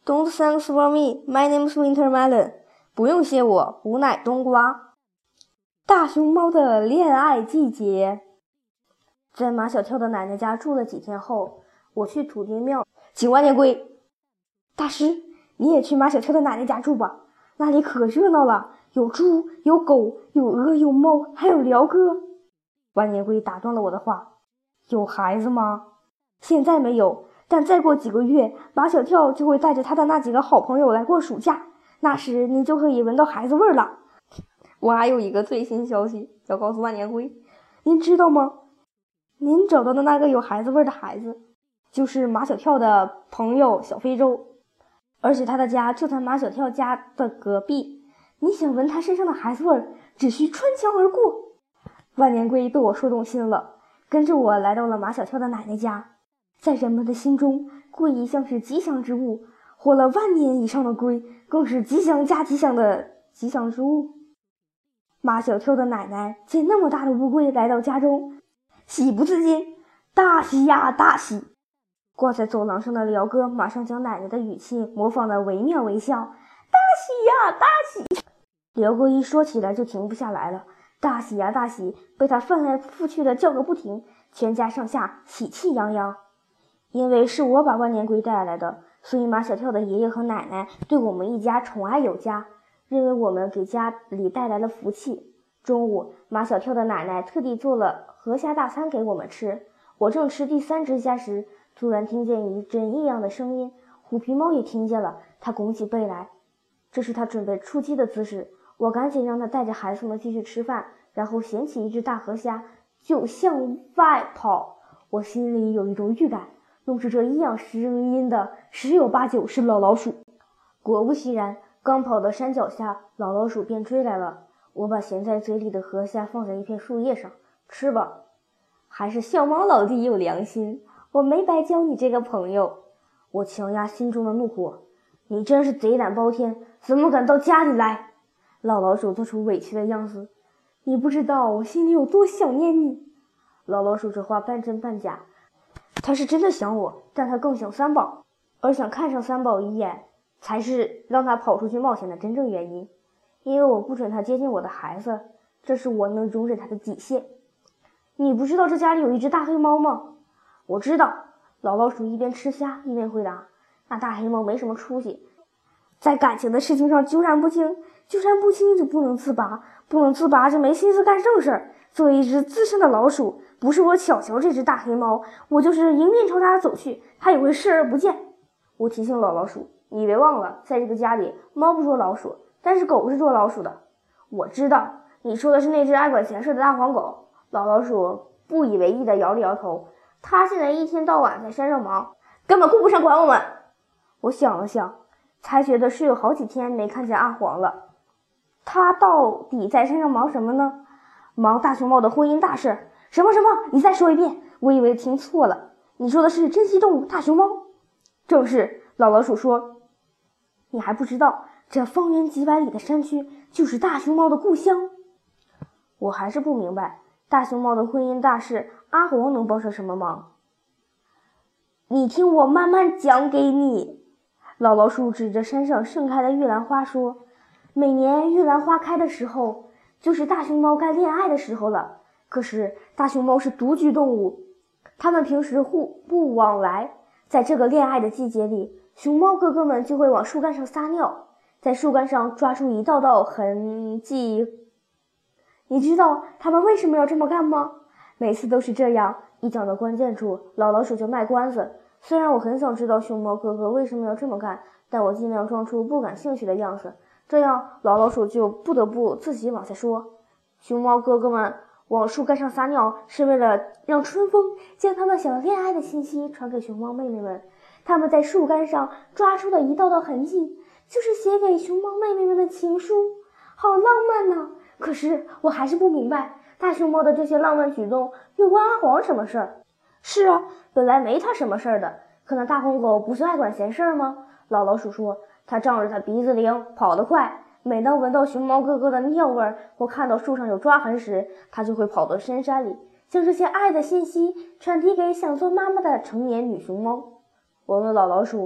Don't thanks for me. My name's Wintermelon. 不用谢我，吾乃冬瓜。大熊猫的恋爱季节。在马小跳的奶奶家住了几天后，我去土地庙请万年龟。大师，你也去马小跳的奶奶家住吧，那里可热闹了，有猪，有狗，有鹅，有猫，还有辽哥。万年龟打断了我的话，有孩子吗？现在没有，但再过几个月，马小跳就会带着他的那几个好朋友来过暑假，那时你就可以闻到孩子味儿了。我还有一个最新消息要告诉万年龟，您知道吗？您找到的那个有孩子味儿的孩子，就是马小跳的朋友小非洲，而且他的家就在马小跳家的隔壁。你想闻他身上的孩子味儿，只需穿墙而过。万年龟被我说动心了，跟着我来到了马小跳的奶奶家。在人们的心中，龟一向是吉祥之物，活了万年以上的龟更是吉祥加吉祥的吉祥之物。马小跳的奶奶见那么大的乌龟来到家中，喜不自禁，大喜呀大喜！挂在走廊上的辽哥马上将奶奶的语气模仿得惟妙惟肖，大喜呀大喜！辽哥一说起来就停不下来了，大喜呀大喜，被他翻来覆去的叫个不停，全家上下喜气洋洋。因为是我把万年龟带来的，所以马小跳的爷爷和奶奶对我们一家宠爱有加，认为我们给家里带来了福气。中午，马小跳的奶奶特地做了河虾大餐给我们吃。我正吃第3只虾时，突然听见一阵异样的声音，虎皮猫也听见了，它拱起背来，这是它准备出击的姿势。我赶紧让它带着孩子们继续吃饭，然后捡起一只大河虾就向外跑。我心里有一种预感，弄出这异样声音的十有八九是老老鼠。果不其然，刚跑到山脚下，老老鼠便追来了。我把衔在嘴里的河虾放在一片树叶上，吃吧。还是小猫老弟有良心，我没白交你这个朋友。我强压心中的怒火，你真是贼胆包天，怎么敢到家里来？老老鼠做出委屈的样子，你不知道我心里有多想念你。老老鼠这话半真半假，他是真的想我，但他更想三宝，而想看上三宝一眼才是让他跑出去冒险的真正原因。因为我不准他接近我的孩子，这是我能容忍他的底线。你不知道这家里有一只大黑猫吗？我知道。老老鼠一边吃虾一边回答，那大黑猫没什么出息，在感情的事情上纠缠不清，纠缠不清就不能自拔，不能自拔就没心思干正事儿。作为一只资深的老鼠，不是我巧瞧这只大黑猫，我就是迎面朝它走去，它也会视而不见。我提醒老老鼠，你别忘了，在这个家里，猫不捉老鼠，但是狗是捉老鼠的。我知道，你说的是那只爱管闲事的大黄狗。老老鼠不以为意地摇了摇头，它现在一天到晚在山上忙，根本顾不上管我们。我想了想，才觉得是有好几天没看见阿黄了。他到底在山上忙什么呢？忙大熊猫的婚姻大事。什么？你再说一遍，我以为听错了。你说的是珍稀动物大熊猫？正是。老老鼠说，你还不知道，这方圆几百里的山区就是大熊猫的故乡。我还是不明白，大熊猫的婚姻大事，阿黄能帮上什么忙？你听我慢慢讲给你。老老鼠指着山上盛开的玉兰花说，每年玉兰花开的时候，就是大熊猫该恋爱的时候了。可是大熊猫是独居动物，它们平时互不往来，在这个恋爱的季节里，熊猫哥哥们就会往树干上撒尿，在树干上抓出一道道痕迹。你知道他们为什么要这么干吗？每次都是这样，一讲到关键处，老老鼠就卖关子。虽然我很想知道熊猫哥哥为什么要这么干，但我尽量装出不感兴趣的样子，这样老老鼠就不得不自己往下说。熊猫哥哥们往树干上撒尿，是为了让春风将他们想恋爱的信息传给熊猫妹妹们。他们在树干上抓出的一道道痕迹，就是写给熊猫妹妹们的情书，好浪漫呐！可是我还是不明白，大熊猫的这些浪漫举动又关阿黄什么事儿？是啊，本来没他什么事儿的，可那大红狗不是爱管闲事儿吗？老老鼠说，它仗着它鼻子灵，跑得快，每当闻到熊猫哥哥的尿味儿，或看到树上有抓痕时，它就会跑到深山里，将这些爱的信息传递给想做妈妈的成年女熊猫。我问老老鼠，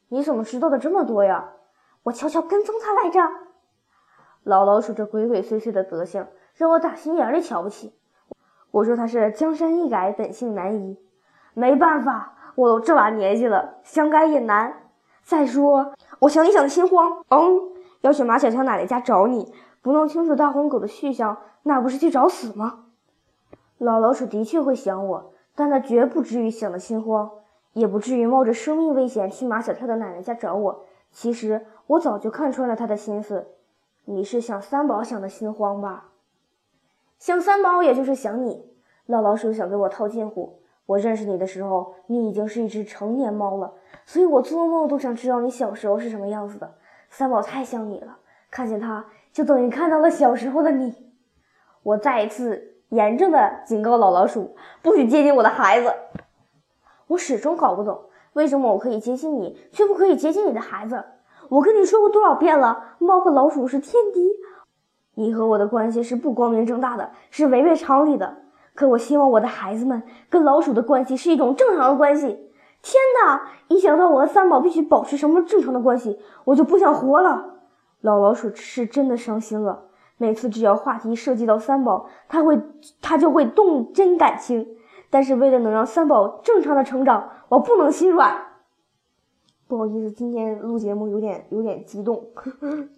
你怎么知道的这么多呀？我悄悄跟踪他来着。老老鼠这鬼鬼祟祟的德行，让我打心眼里瞧不起。我说他是江山易改，本性难移。没办法，我都这把年纪了，想改也难。再说，我想你想的心慌。要去马小跳奶奶家找你，不弄清楚大黄狗的去向，那不是去找死吗？老老鼠的确会想我，但他绝不至于想得心慌，也不至于冒着生命危险去马小跳的奶奶家找我。其实我早就看穿了他的心思，你是想三宝想的心慌吧？想三宝也就是想你。老老鼠想给我套近乎，我认识你的时候，你已经是一只成年猫了，所以我做梦都想知道你小时候是什么样子的。三宝太像你了，看见他就等于看到了小时候的你。我再一次严正的警告老老鼠，不许接近我的孩子。我始终搞不懂，为什么我可以接近你，却不可以接近你的孩子？我跟你说过多少遍了，猫和老鼠是天敌，你和我的关系是不光明正大的，是违背常理的。可我希望我的孩子们跟老鼠的关系是一种正常的关系。天哪，一想到我和三宝必须保持什么正常的关系，我就不想活了。老老鼠是真的伤心了，每次只要话题涉及到三宝，他就会动真感情。但是为了能让三宝正常的成长，我不能心软。不好意思，今天录节目有点激动。